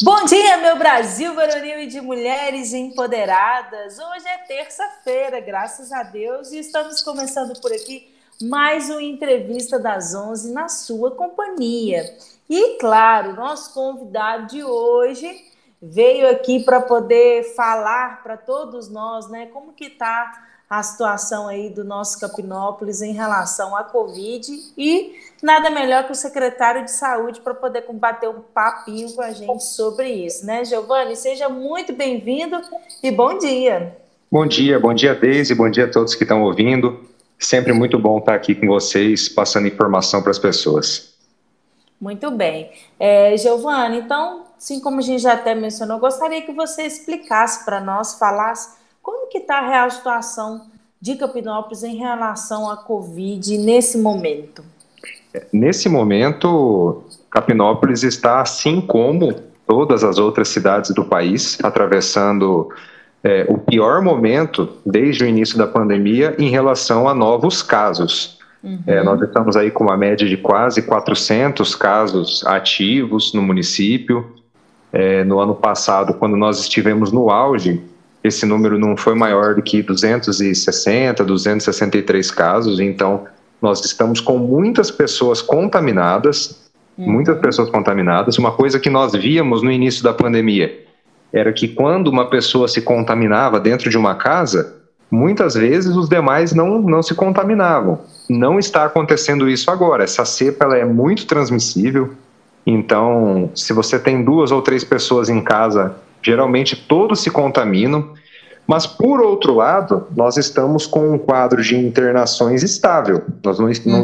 Bom dia, meu Brasil varonil e de mulheres empoderadas. Hoje é terça-feira, graças a Deus, e estamos começando por aqui mais uma entrevista das 11 na sua companhia. E, claro, nosso convidado de hoje veio aqui para poder falar para todos nós, né, como que está a situação aí do nosso Capinópolis em relação à Covid e nada melhor que o secretário de Saúde para poder bater um papinho com a gente sobre isso, né, Giovanni? Seja muito bem-vindo e bom dia. Bom dia, Deise, bom dia a todos que estão ouvindo. Sempre muito bom estar aqui com vocês, passando informação para as pessoas. Muito bem. Giovanni, então, assim como a gente já até mencionou, eu gostaria que você explicasse para nós, falasse como que está a real situação de Capinópolis em relação à Covid nesse momento. Nesse momento, Capinópolis está, assim como todas as outras cidades do país, atravessando o pior momento desde o início da pandemia em relação a novos casos. Nós estamos aí com uma média de quase 400 casos ativos no município. No ano passado, quando nós estivemos no auge, esse número não foi maior do que 260, 263 casos, então nós estamos com muitas pessoas contaminadas, Uma coisa que nós víamos no início da pandemia era que quando uma pessoa se contaminava dentro de uma casa, muitas vezes os demais não se contaminavam. Não está acontecendo isso agora. Essa cepa ela é muito transmissível, então se você tem 2 ou 3 pessoas em casa, geralmente todos se contaminam, mas por outro lado, nós estamos com um quadro de internações estável. Nós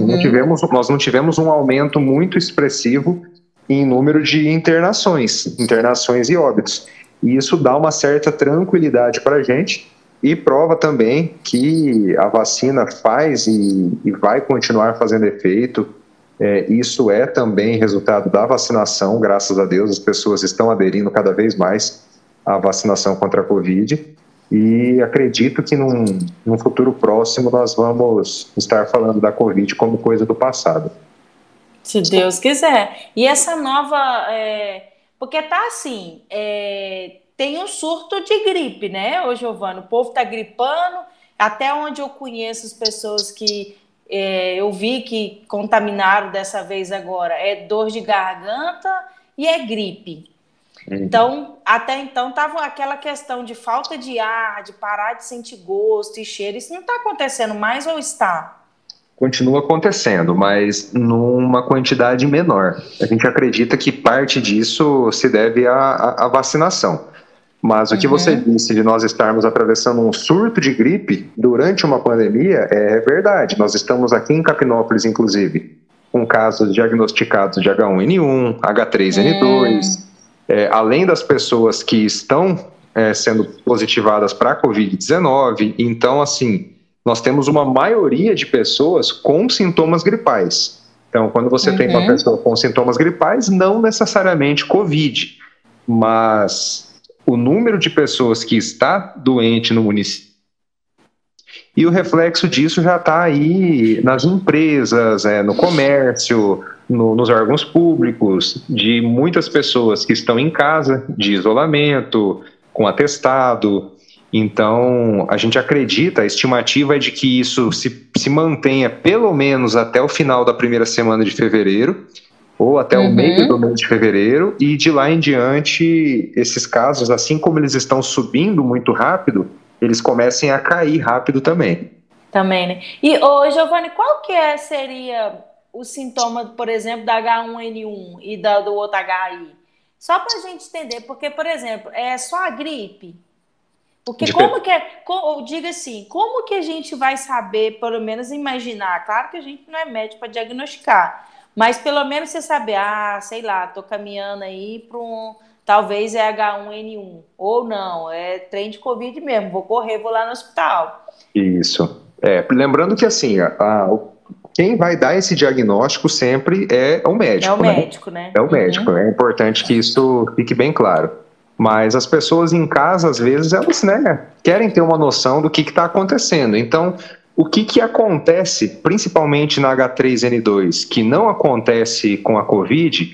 não tivemos um aumento muito expressivo em número de internações e óbitos. E isso dá uma certa tranquilidade para a gente e prova também que a vacina faz e vai continuar fazendo efeito. Isso é também resultado da vacinação, graças a Deus, as pessoas estão aderindo cada vez mais à vacinação contra a Covid e acredito que num futuro próximo nós vamos estar falando da Covid como coisa do passado. Se Deus quiser. E essa nova... Porque tá assim, tem um surto de gripe, né, ô Giovanni? O povo tá gripando, até onde eu conheço as pessoas que eu vi que contaminaram dessa vez agora, é dor de garganta e é gripe. Então, até então, tava aquela questão de falta de ar, de parar de sentir gosto e cheiro. Isso não está acontecendo mais ou está? Continua acontecendo, mas numa quantidade menor. A gente acredita que parte disso se deve à vacinação. Mas o que você disse de nós estarmos atravessando um surto de gripe durante uma pandemia é verdade. Nós estamos aqui em Capinópolis, inclusive, com casos diagnosticados de H1N1, H3N2, além das pessoas que estão sendo positivadas para a Covid-19. Então, assim, nós temos uma maioria de pessoas com sintomas gripais. Então, quando você tem uma pessoa com sintomas gripais, não necessariamente Covid, mas o número de pessoas que está doente no município, e o reflexo disso já está aí nas empresas, no comércio, nos órgãos públicos, de muitas pessoas que estão em casa, de isolamento, com atestado. Então, a gente acredita, a estimativa é de que isso se mantenha pelo menos até o final da primeira semana de fevereiro, ou até o meio do mês de fevereiro, e de lá em diante, esses casos, assim como eles estão subindo muito rápido, eles comecem a cair rápido também. Também, né? E, Giovanni, qual que seria o sintoma, por exemplo, da H1N1 e do outro HI? Só para a gente entender, porque, por exemplo, é só a gripe? Porque diga assim, como que a gente vai saber, pelo menos imaginar? Claro que a gente não é médico para diagnosticar, mas pelo menos você saber, sei lá, tô caminhando aí para talvez é H1N1, ou não, é trem de Covid mesmo, vou lá no hospital. Isso. Lembrando que, assim, quem vai dar esse diagnóstico sempre é o médico. É o médico, né? É o médico. É importante que isso fique bem claro. Mas as pessoas em casa, às vezes, elas querem ter uma noção do que está acontecendo. Então, o que acontece, principalmente na H3N2, que não acontece com a Covid,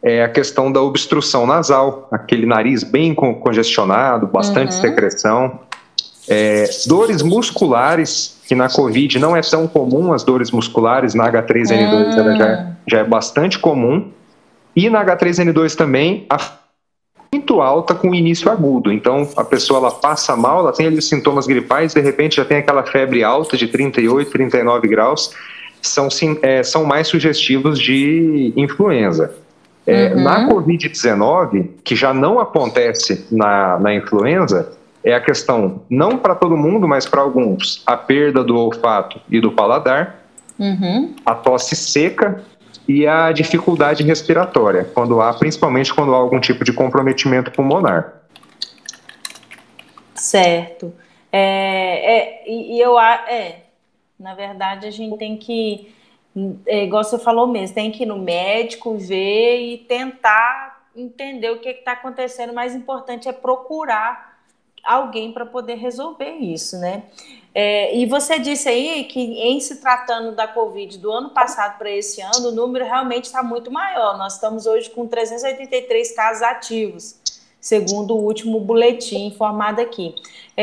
é a questão da obstrução nasal, aquele nariz bem congestionado, bastante secreção. Dores musculares, que na Covid não é tão comum, as dores musculares, na H3N2 ela já é bastante comum. E na H3N2 também, muito alta com início agudo. Então, a pessoa ela passa mal, ela tem ali os sintomas gripais, de repente já tem aquela febre alta de 38, 39 graus, são mais sugestivos de influenza. Na Covid-19, que já não acontece na influenza, é a questão, não para todo mundo, mas para alguns, a perda do olfato e do paladar, a tosse seca e a dificuldade respiratória, principalmente quando há algum tipo de comprometimento pulmonar. Certo. Na verdade, a gente tem que, igual você falou mesmo, tem que ir no médico, ver e tentar entender o que está acontecendo. O mais importante é procurar alguém para poder resolver isso, né? E você disse aí que, em se tratando da Covid do ano passado para esse ano, o número realmente está muito maior. Nós estamos hoje com 383 casos ativos, segundo o último boletim informado aqui.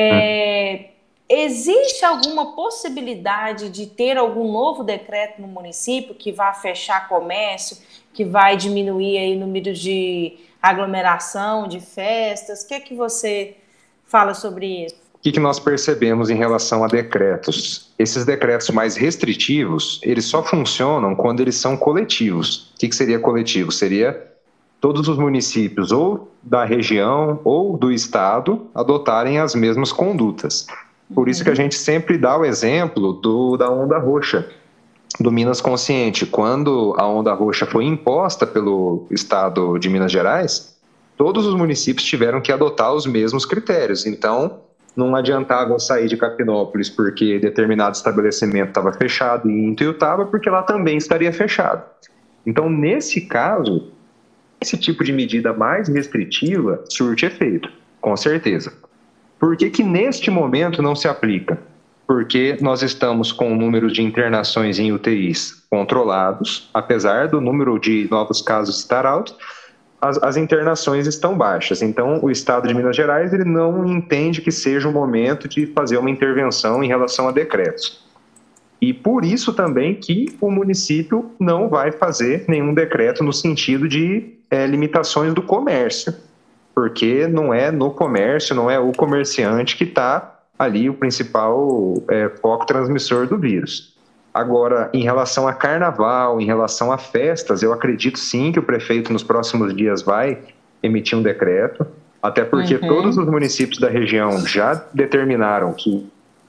Existe alguma possibilidade de ter algum novo decreto no município que vá fechar comércio, que vai diminuir aí o número de aglomeração, de festas? O que é que você fala sobre isso? O que nós percebemos em relação a decretos? Esses decretos mais restritivos, eles só funcionam quando eles são coletivos. O que seria coletivo? Seria todos os municípios ou da região ou do estado adotarem as mesmas condutas. Por isso que a gente sempre dá o exemplo da onda roxa, do Minas Consciente. Quando a onda roxa foi imposta pelo estado de Minas Gerais, todos os municípios tiveram que adotar os mesmos critérios. Então, não adiantava sair de Capinópolis porque determinado estabelecimento estava fechado e em Ituiutaba porque lá também estaria fechado. Então, nesse caso, esse tipo de medida mais restritiva surte efeito, com certeza. Por que neste momento não se aplica? Porque nós estamos com o número de internações em UTIs controlados, apesar do número de novos casos estar alto, as internações estão baixas. Então, o Estado de Minas Gerais ele não entende que seja o momento de fazer uma intervenção em relação a decretos. E por isso também que o município não vai fazer nenhum decreto no sentido de limitações do comércio, porque não é no comércio, não é o comerciante que está ali o principal foco transmissor do vírus. Agora, em relação a carnaval, em relação a festas, eu acredito sim que o prefeito nos próximos dias vai emitir um decreto, até porque todos os municípios da região já determinaram que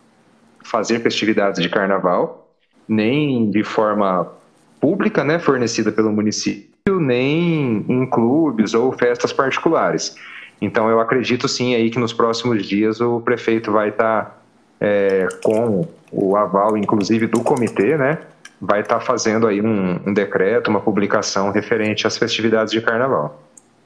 fazer festividades de carnaval, nem de forma pública, né, fornecida pelo município, nem em clubes ou festas particulares. Então, eu acredito sim aí que nos próximos dias o prefeito vai estar com o aval, inclusive, do comitê, né, vai estar fazendo aí um decreto, uma publicação referente às festividades de carnaval.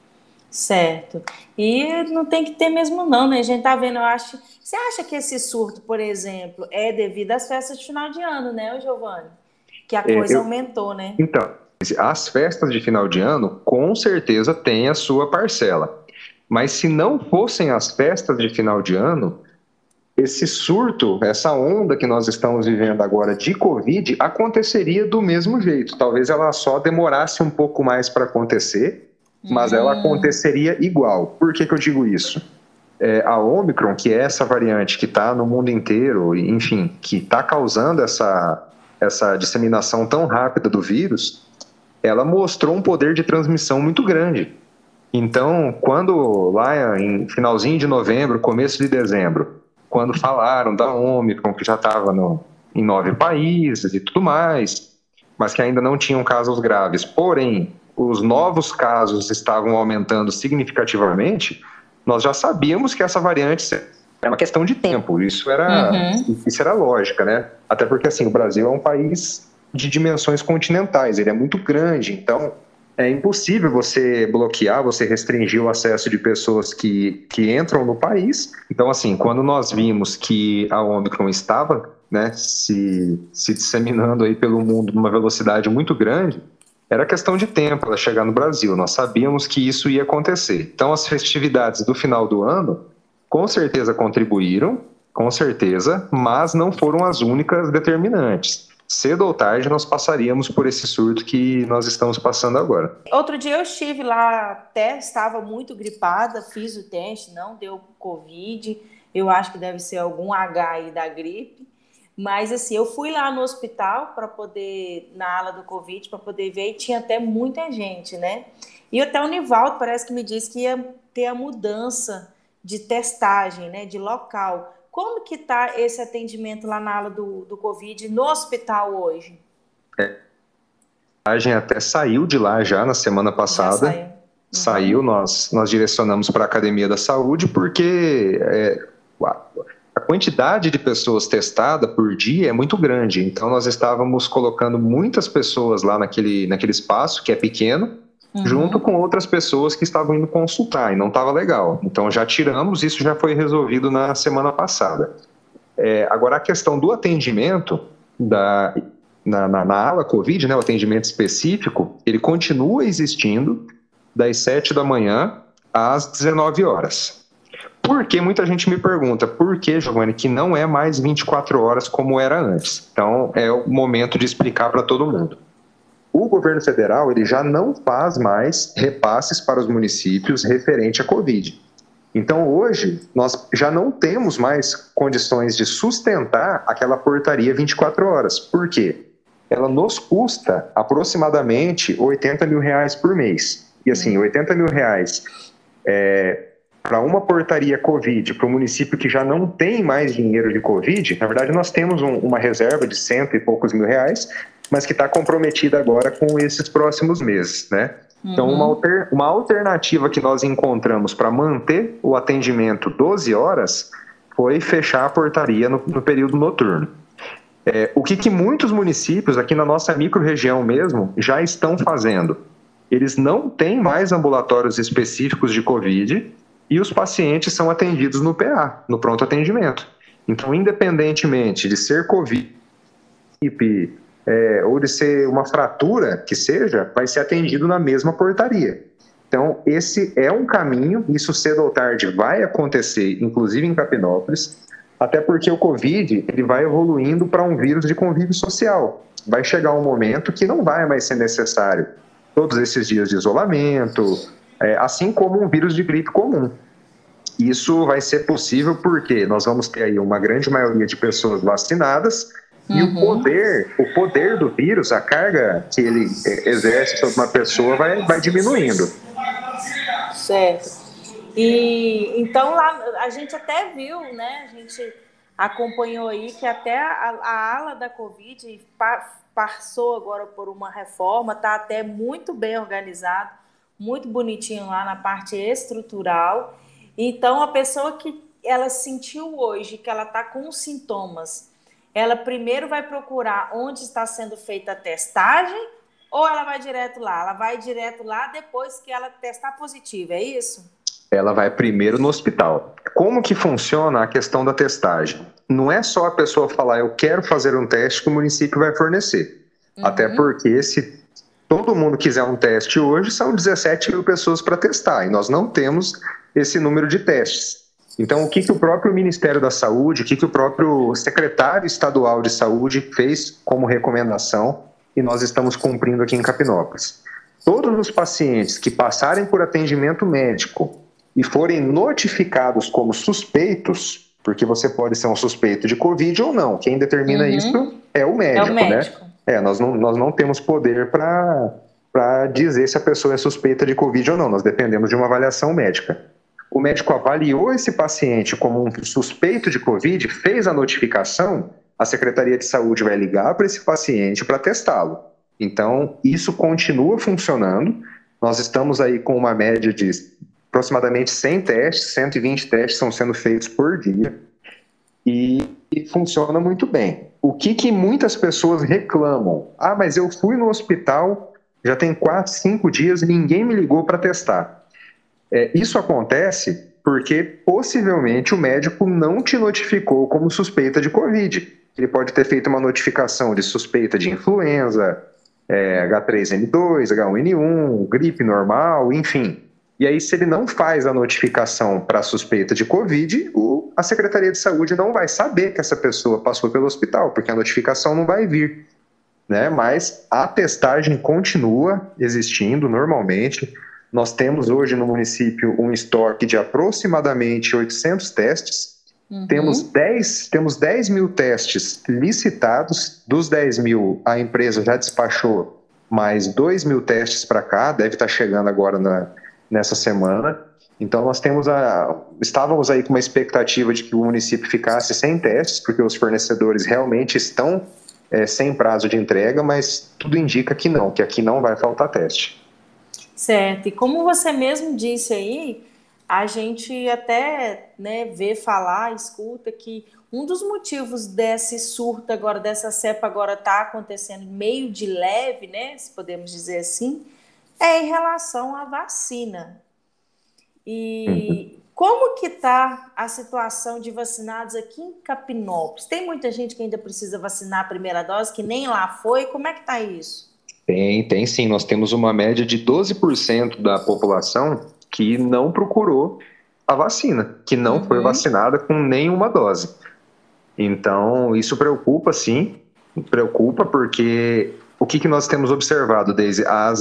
Certo. E não tem que ter mesmo não, né? A gente tá vendo, Você acha que esse surto, por exemplo, é devido às festas de final de ano, né, Giovanni? Que a coisa aumentou, né? Então, as festas de final de ano, com certeza, têm a sua parcela. Mas se não fossem as festas de final de ano, esse surto, essa onda que nós estamos vivendo agora de Covid, aconteceria do mesmo jeito. Talvez ela só demorasse um pouco mais para acontecer, mas ela aconteceria igual. Por que eu digo isso? A Omicron, que é essa variante que está no mundo inteiro, enfim, que está causando essa disseminação tão rápida do vírus, ela mostrou um poder de transmissão muito grande. Então, quando lá em finalzinho de novembro, começo de dezembro, quando falaram da Omicron, que já estava em 9 países e tudo mais, mas que ainda não tinham casos graves, porém, os novos casos estavam aumentando significativamente, nós já sabíamos que essa variante era uma questão de tempo, isso era lógica, né? Até porque, assim, o Brasil é um país de dimensões continentais, ele é muito grande, então é impossível você bloquear, você restringir o acesso de pessoas que entram no país. Então, assim, quando nós vimos que a Omicron estava, né, se disseminando aí pelo mundo numa velocidade muito grande, Era questão de tempo ela chegar no Brasil, nós sabíamos que isso ia acontecer. Então, as festividades do final do ano, com certeza contribuíram, com certeza, mas não foram as únicas determinantes. Cedo ou tarde, nós passaríamos por esse surto que nós estamos passando agora. Outro dia eu estive lá, até estava muito gripada, fiz o teste, não deu Covid, eu acho que deve ser algum H aí da gripe. Mas, assim, eu fui lá no hospital para poder, na ala do Covid, para poder ver, e tinha até muita gente, né? E até o Nivaldo parece que me disse que ia ter a mudança de testagem, né? De local. Como que está esse atendimento lá na ala do Covid no hospital hoje? A gente até saiu de lá já na semana passada. Já saiu, nós direcionamos para a Academia da Saúde, porque a quantidade de pessoas testadas por dia é muito grande. Então, nós estávamos colocando muitas pessoas lá naquele espaço, que é pequeno, junto com outras pessoas que estavam indo consultar, e não estava legal. Então, já tiramos, isso já foi resolvido na semana passada. Agora, a questão do atendimento na ala Covid, né, o atendimento específico, ele continua existindo das 7 da manhã às 19 horas. Porque muita gente me pergunta, por que, Giovanni, que não é mais 24 horas como era antes? Então, é o momento de explicar para todo mundo. O governo federal, ele já não faz mais repasses para os municípios referente à Covid. Então, hoje, nós já não temos mais condições de sustentar aquela portaria 24 horas. Por quê? Ela nos custa aproximadamente R$80 mil por mês. E assim, R$80 mil para uma portaria Covid, para um município que já não tem mais dinheiro de Covid, na verdade nós temos uma reserva de R$100 e poucos mil, mas que está comprometida agora com esses próximos meses, né? Então, uma alternativa que nós encontramos para manter o atendimento 12 horas foi fechar a portaria no período noturno. O que muitos municípios, aqui na nossa micro-região mesmo, já estão fazendo? Eles não têm mais ambulatórios específicos de Covid e os pacientes são atendidos no PA, no pronto atendimento. Então, independentemente de ser Covid ou de ser uma fratura que seja, vai ser atendido na mesma portaria. Então, esse é um caminho, isso cedo ou tarde vai acontecer, inclusive em Capinópolis, até porque o Covid ele vai evoluindo para um vírus de convívio social. Vai chegar um momento que não vai mais ser necessário todos esses dias de isolamento, assim como um vírus de gripe comum. Isso vai ser possível porque nós vamos ter aí uma grande maioria de pessoas vacinadas e o poder do vírus, a carga que ele exerce sobre uma pessoa vai diminuindo. Certo. E então lá a gente até viu, né? A gente acompanhou aí que até a ala da Covid passou agora por uma reforma, está até muito bem organizado, muito bonitinho lá na parte estrutural. Então, a pessoa que ela sentiu hoje que ela está com os sintomas, ela primeiro vai procurar onde está sendo feita a testagem ou ela vai direto lá? Ela vai direto lá depois que ela testar positivo, é isso? Ela vai primeiro no hospital. Como que funciona a questão da testagem? Não é só a pessoa falar, eu quero fazer um teste que o município vai fornecer. Até porque se todo mundo quiser um teste hoje, são 17 mil pessoas para testar, e nós não temos esse número de testes. Então, o que o próprio Ministério da Saúde, o que o próprio secretário estadual de saúde fez como recomendação, e nós estamos cumprindo aqui em Capinópolis. Todos os pacientes que passarem por atendimento médico e forem notificados como suspeitos, porque você pode ser um suspeito de Covid ou não, quem determina isso é o médico, né? Nós não temos poder para dizer se a pessoa é suspeita de Covid ou não, nós dependemos de uma avaliação médica. O médico avaliou esse paciente como um suspeito de Covid, fez a notificação, a Secretaria de Saúde vai ligar para esse paciente para testá-lo. Então, isso continua funcionando. Nós estamos aí com uma média de aproximadamente 100 testes, 120 testes estão sendo feitos por dia e funciona muito bem. O que muitas pessoas reclamam? Ah, mas eu fui no hospital, já tem 4, 5 dias e ninguém me ligou para testar. Isso acontece porque possivelmente o médico não te notificou como suspeita de Covid. Ele pode ter feito uma notificação de suspeita de influenza, H3N2, H1N1, gripe normal, enfim. E aí, se ele não faz a notificação para suspeita de Covid, a Secretaria de Saúde não vai saber que essa pessoa passou pelo hospital, porque a notificação não vai vir, né? Mas a testagem continua existindo normalmente. Nós temos hoje no município um estoque de aproximadamente 800 testes. Temos 10 mil testes licitados. Dos 10 mil, a empresa já despachou mais 2 mil testes para cá, deve estar chegando agora nessa semana. Então, estávamos aí com uma expectativa de que o município ficasse sem testes, porque os fornecedores realmente estão sem prazo de entrega, mas tudo indica que não, que aqui não vai faltar teste. Certo, e como você mesmo disse aí, a gente até vê falar, escuta que um dos motivos desse surto agora, dessa cepa agora está acontecendo meio de leve, né, se podemos dizer assim, é em relação à vacina. E como que está a situação de vacinados aqui em Capinópolis? Tem muita gente que ainda precisa vacinar a primeira dose, que nem lá foi, como é que está isso? Tem sim. Nós temos uma média de 12% da população que não procurou a vacina, que não foi vacinada com nenhuma dose. Então, isso preocupa sim, preocupa porque o que nós temos observado, Deise? As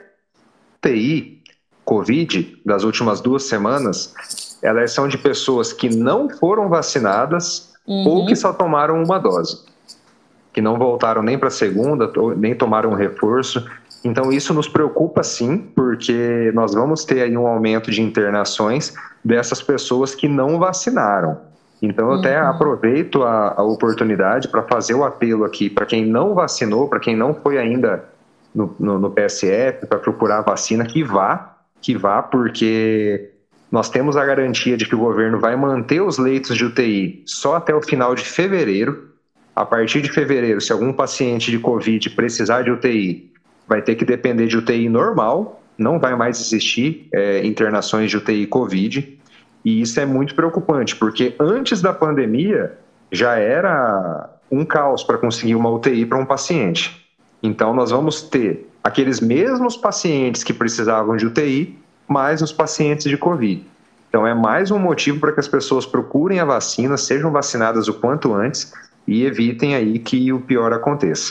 UTI Covid das últimas 2 semanas, elas são de pessoas que não foram vacinadas ou que só tomaram uma dose, que não voltaram nem para a segunda, nem tomaram um reforço. Então isso nos preocupa sim, porque nós vamos ter aí um aumento de internações dessas pessoas que não vacinaram. Então eu até aproveito a oportunidade para fazer o apelo aqui para quem não vacinou, para quem não foi ainda no PSF, para procurar a vacina, que vá, porque nós temos a garantia de que o governo vai manter os leitos de UTI só até o final de fevereiro. A partir de fevereiro, se algum paciente de Covid precisar de UTI, vai ter que depender de UTI normal, não vai mais existir internações de UTI Covid, e isso é muito preocupante, porque antes da pandemia já era um caos para conseguir uma UTI para um paciente. Então nós vamos ter aqueles mesmos pacientes que precisavam de UTI, mais os pacientes de Covid. Então é mais um motivo para que as pessoas procurem a vacina, sejam vacinadas o quanto antes e evitem aí que o pior aconteça.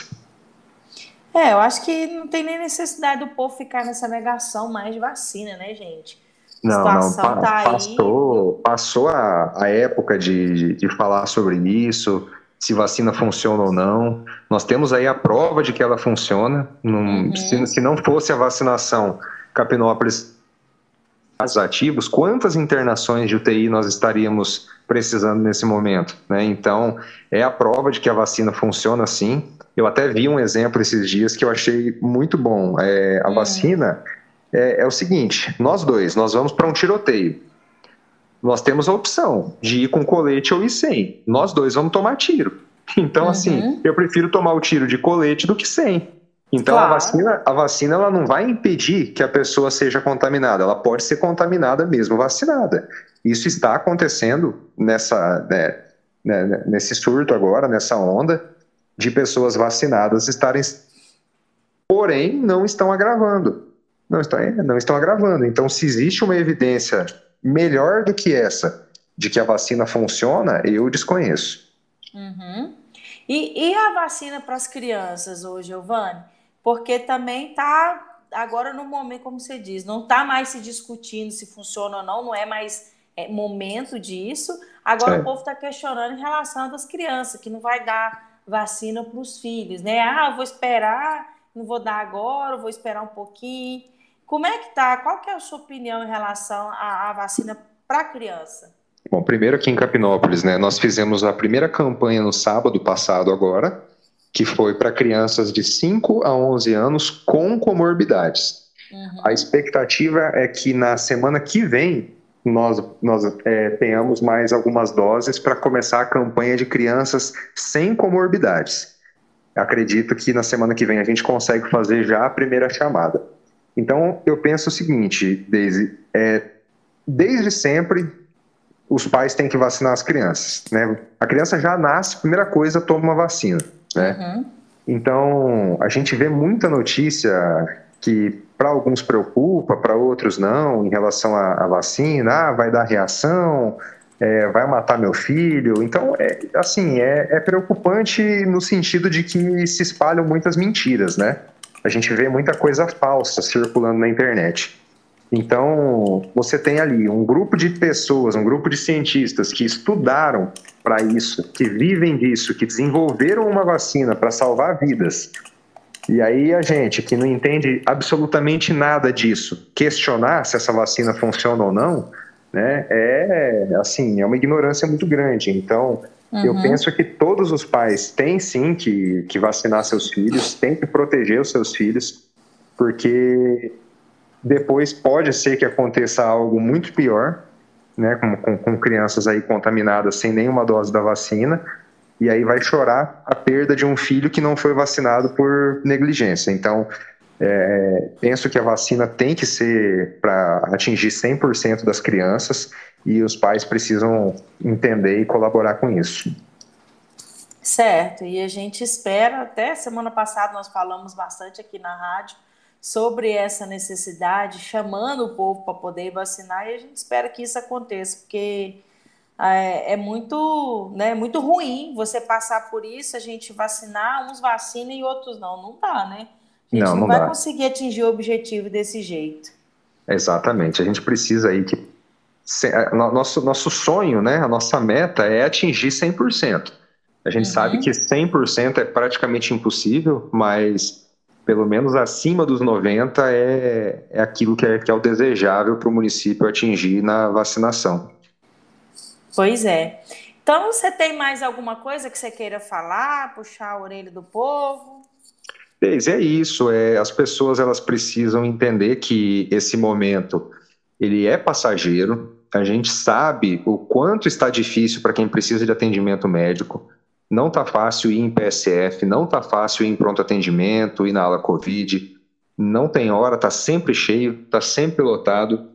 Eu acho que não tem nem necessidade do povo ficar nessa negação mais de vacina, né, gente? A situação tá aí. Passou a época de falar sobre isso, se vacina funciona ou não. Nós temos aí a prova de que ela funciona. Se não fosse a vacinação, Capinópolis ativos, quantas internações de UTI nós estaríamos precisando nesse momento, né? Então, é a prova de que a vacina funciona sim. Eu até vi um exemplo esses dias que eu achei muito bom. A vacina é o seguinte, nós vamos para um tiroteio. Nós temos a opção de ir com colete ou ir sem. Nós dois vamos tomar tiro. Então, assim, eu prefiro tomar o tiro de colete do que sem. Então, claro. a vacina ela não vai impedir que a pessoa seja contaminada. Ela pode ser contaminada mesmo vacinada. Isso está acontecendo nesse surto agora, nessa onda de pessoas vacinadas estarem... Porém, não estão agravando. Não estão agravando. Então, se existe uma evidência melhor do que essa, de que a vacina funciona, eu desconheço. E a vacina para as crianças hoje, Giovani? Porque também está, agora no momento, como você diz, não está mais se discutindo se funciona ou não, não é mais momento disso. Agora o povo está questionando em relação às crianças, que não vai dar vacina para os filhos, né? Eu vou esperar, não vou dar agora, vou esperar um pouquinho. Como é que tá? Qual que é a sua opinião em relação à vacina para criança? Bom, primeiro aqui em Capinópolis, né, nós fizemos a primeira campanha no sábado passado agora, que foi para crianças de 5 a 11 anos com comorbidades. A expectativa é que na semana que vem nós tenhamos mais algumas doses para começar a campanha de crianças sem comorbidades. Acredito que na semana que vem a gente consegue fazer já a primeira chamada. Então, eu penso o seguinte, Deise, desde sempre os pais têm que vacinar as crianças, né? A criança já nasce, primeira coisa, toma uma vacina, né? Então, a gente vê muita notícia que para alguns preocupa, para outros não, em relação à vacina, vai dar reação, vai matar meu filho. Então, assim, é preocupante no sentido de que se espalham muitas mentiras, né? A gente vê muita coisa falsa circulando na internet. Então, você tem ali um grupo de pessoas, um grupo de cientistas que estudaram para isso, que vivem disso, que desenvolveram uma vacina para salvar vidas. E aí a gente, que não entende absolutamente nada disso, questionar se essa vacina funciona ou não, né, assim, é uma ignorância muito grande. Então, eu penso que todos os pais têm sim que vacinar seus filhos, têm que proteger os seus filhos, porque depois pode ser que aconteça algo muito pior, né, com crianças aí contaminadas sem nenhuma dose da vacina, e aí vai chorar a perda de um filho que não foi vacinado por negligência. Então, penso que a vacina tem que ser para atingir 100% das crianças e os pais precisam entender e colaborar com isso. Certo, e a gente espera, até semana passada nós falamos bastante aqui na rádio sobre essa necessidade, chamando o povo para poder vacinar, e a gente espera que isso aconteça, porque muito, né, muito ruim você passar por isso, a gente vacinar, uns vacinam e outros não. Não dá, né? A gente não vai conseguir atingir o objetivo desse jeito. Exatamente. A gente precisa aí que... Nosso sonho, né, a nossa meta é atingir 100%. A gente sabe que 100% é praticamente impossível, mas pelo menos acima dos 90% é aquilo que é o desejável para o município atingir na vacinação. Pois é. Então, você tem mais alguma coisa que você queira falar, puxar a orelha do povo? É isso. As pessoas elas precisam entender que esse momento ele é passageiro. A gente sabe o quanto está difícil para quem precisa de atendimento médico. Não está fácil ir em PSF, não está fácil ir em pronto atendimento, ir na ala Covid. Não tem hora, está sempre cheio, está sempre lotado.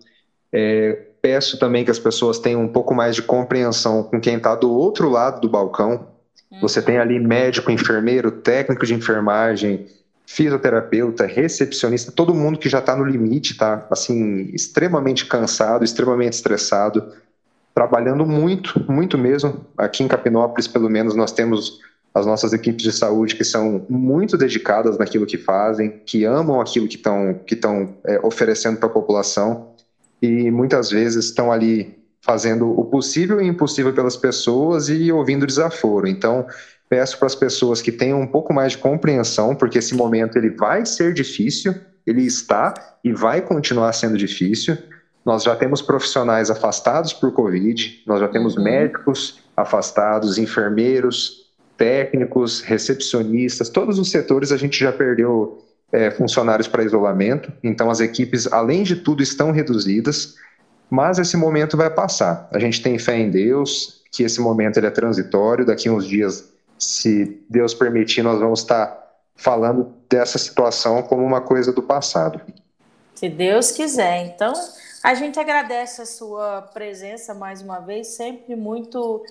Peço também que as pessoas tenham um pouco mais de compreensão com quem está do outro lado do balcão. Você tem ali médico, enfermeiro, técnico de enfermagem, fisioterapeuta, recepcionista, todo mundo que já está no limite, está assim, extremamente cansado, extremamente estressado, trabalhando muito, muito mesmo. Aqui em Capinópolis, pelo menos, nós temos as nossas equipes de saúde que são muito dedicadas naquilo que fazem, que amam aquilo que estão oferecendo para a população, e muitas vezes estão ali fazendo o possível e o impossível pelas pessoas e ouvindo desaforo. Então, peço para as pessoas que tenham um pouco mais de compreensão, porque esse momento ele vai ser difícil, ele está e vai continuar sendo difícil. Nós já temos profissionais afastados por Covid, nós já temos médicos afastados, enfermeiros, técnicos, recepcionistas, todos os setores a gente já perdeu funcionários para isolamento, então as equipes, além de tudo, estão reduzidas, mas esse momento vai passar. A gente tem fé em Deus, que esse momento ele é transitório, daqui a uns dias, se Deus permitir, nós vamos estar falando dessa situação como uma coisa do passado. Se Deus quiser. Então, a gente agradece a sua presença mais uma vez, sempre muito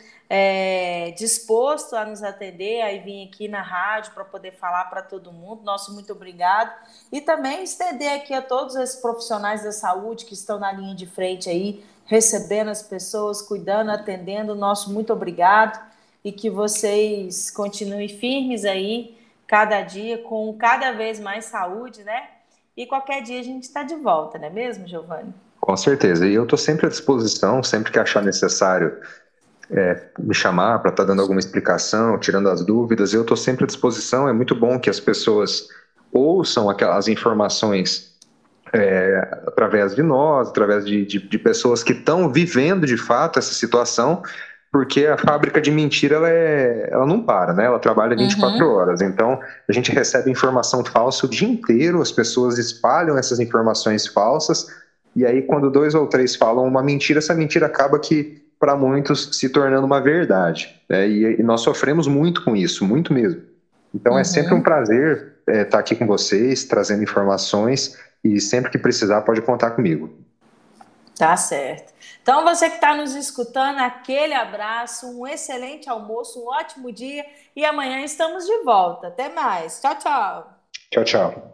disposto a nos atender, aí vir aqui na rádio para poder falar para todo mundo. Nosso muito obrigado. E também estender aqui a todos esses profissionais da saúde que estão na linha de frente aí, recebendo as pessoas, cuidando, atendendo. Nosso muito obrigado. E que vocês continuem firmes aí, cada dia, com cada vez mais saúde, né? E qualquer dia a gente está de volta, não é mesmo, Giovanni? Com certeza. E eu estou sempre à disposição, sempre que achar necessário me chamar para estar dando alguma explicação, tirando as dúvidas, eu estou sempre à disposição. É muito bom que as pessoas ouçam aquelas informações através de nós, através de pessoas que estão vivendo de fato essa situação, porque a fábrica de mentira ela não para, né? Ela trabalha 24 horas. Então, a gente recebe informação falsa o dia inteiro, as pessoas espalham essas informações falsas, e aí quando 2 ou 3 falam uma mentira, essa mentira acaba que, para muitos, se tornando uma verdade. E nós sofremos muito com isso, muito mesmo. Então, é sempre um prazer estar aqui com vocês, trazendo informações, e sempre que precisar pode contar comigo. Tá certo. Então, você que está nos escutando, aquele abraço, um excelente almoço, um ótimo dia e amanhã estamos de volta. Até mais. Tchau, tchau. Tchau, tchau.